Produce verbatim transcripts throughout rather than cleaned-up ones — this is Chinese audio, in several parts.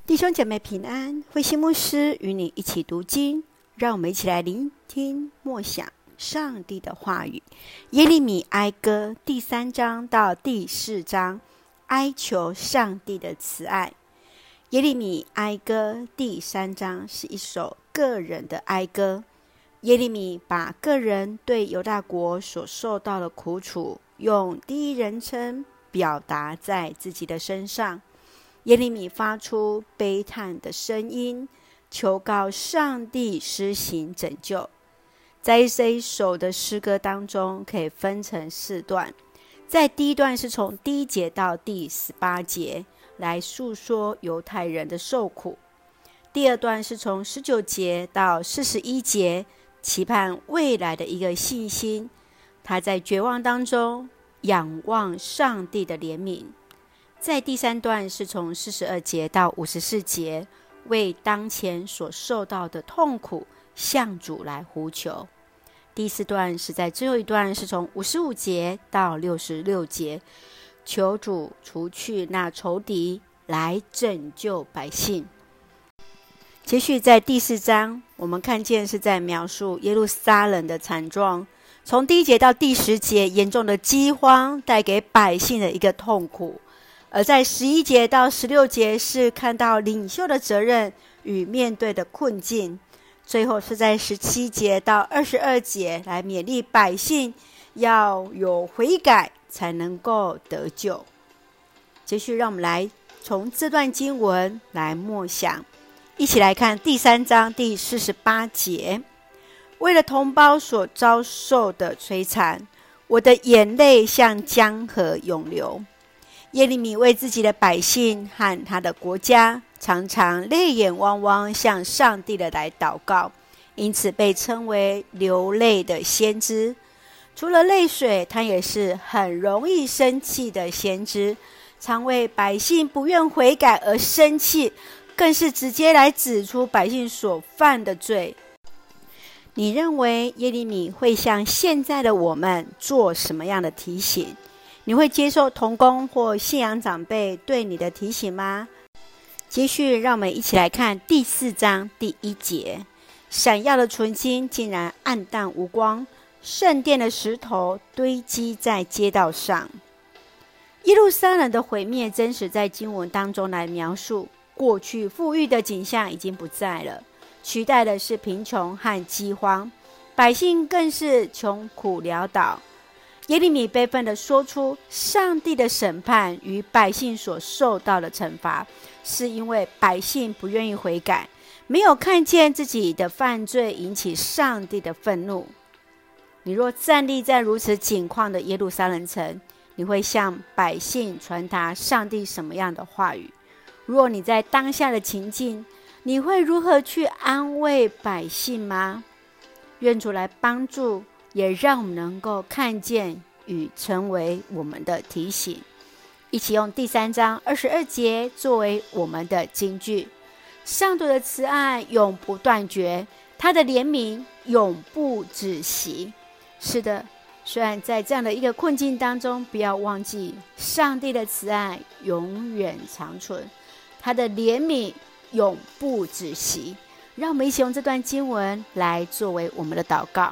弟兄姐妹平安，慧馨牧师与你一起读经，让我们一起来聆听默想上帝的话语。耶利米哀歌第三章到第四章，哀求上帝的慈爱。耶利米哀歌第三章是一首个人的哀歌。耶利米把个人对犹大国所受到的苦楚，用第一人称表达在自己的身上。耶利米发出悲叹的声音，求告上帝施行拯救。在这一首的诗歌当中，可以分成四段。在第一段是从第一节到第十八节，来诉说犹太人的受苦。第二段是从十九节到四十一节，期盼未来的一个信心。他在绝望当中仰望上帝的怜悯。在第三段是从四十二节到五十四节，为当前所受到的痛苦向主来呼求。第四段是在最后一段是从五十五节到六十六节，求主除去那仇敌，来拯救百姓。接续在第四章，我们看见是在描述耶路撒冷的惨状，从第一节到第十节，严重的饥荒带给百姓的一个痛苦。而在十一节到十六节是看到领袖的责任与面对的困境，最后是在十七节到二十二节来勉励百姓要有悔改才能够得救。接续让我们来从这段经文来默想，一起来看第三章第四十八节。为了同胞所遭受的摧残，我的眼泪像江河涌流。耶利米为自己的百姓和他的国家常常泪眼汪汪向上帝的来祷告，因此被称为流泪的先知。除了泪水，他也是很容易生气的先知，常为百姓不愿悔改而生气，更是直接来指出百姓所犯的罪。你认为耶利米会向现在的我们做什么样的提醒？你会接受同工或信仰长辈对你的提醒吗？接续让我们一起来看第四章第一节。闪耀的纯金竟然暗淡无光，圣殿的石头堆积在街道上。耶路撒冷的毁灭真实在经文当中来描述，过去富裕的景象已经不在了，取代的是贫穷和饥荒，百姓更是穷苦潦倒。耶利米悲愤地说出，上帝的审判与百姓所受到的惩罚，是因为百姓不愿意悔改，没有看见自己的犯罪引起上帝的愤怒。你若站立在如此景况的耶路撒冷城，你会向百姓传达上帝什么样的话语？若你在当下的情境，你会如何去安慰百姓吗？愿主来帮助，也让我们能够看见与成为我们的提醒。一起用第三章二十二节作为我们的金句。上帝的慈爱永不断绝，他的怜悯永不止息。是的，虽然在这样的一个困境当中，不要忘记上帝的慈爱永远长存，他的怜悯永不止息。让我们一起用这段经文来作为我们的祷告。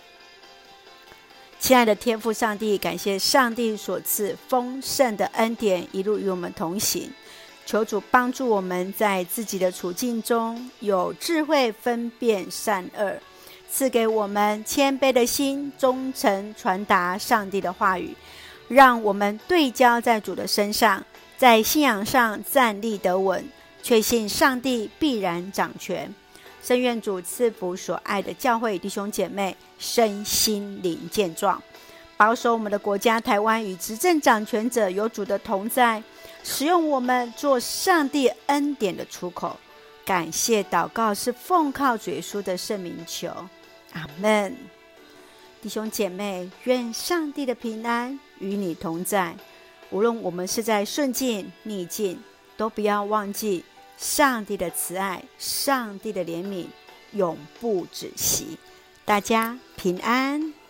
亲爱的天父上帝，感谢上帝所赐丰盛的恩典，一路与我们同行。求主帮助我们在自己的处境中有智慧分辨善恶，赐给我们谦卑的心，忠诚传达上帝的话语，让我们对焦在主的身上，在信仰上站立得稳，确信上帝必然掌权。深愿主赐福所爱的教会弟兄姐妹身心灵健壮，保守我们的国家台湾与执政掌权者有主的同在，使用我们做上帝恩典的出口。感谢祷告是奉靠主耶稣的圣名求，阿们。弟兄姐妹，愿上帝的平安与你同在，无论我们是在顺境逆境，都不要忘记上帝的慈爱，上帝的怜悯永不止息。大家平安。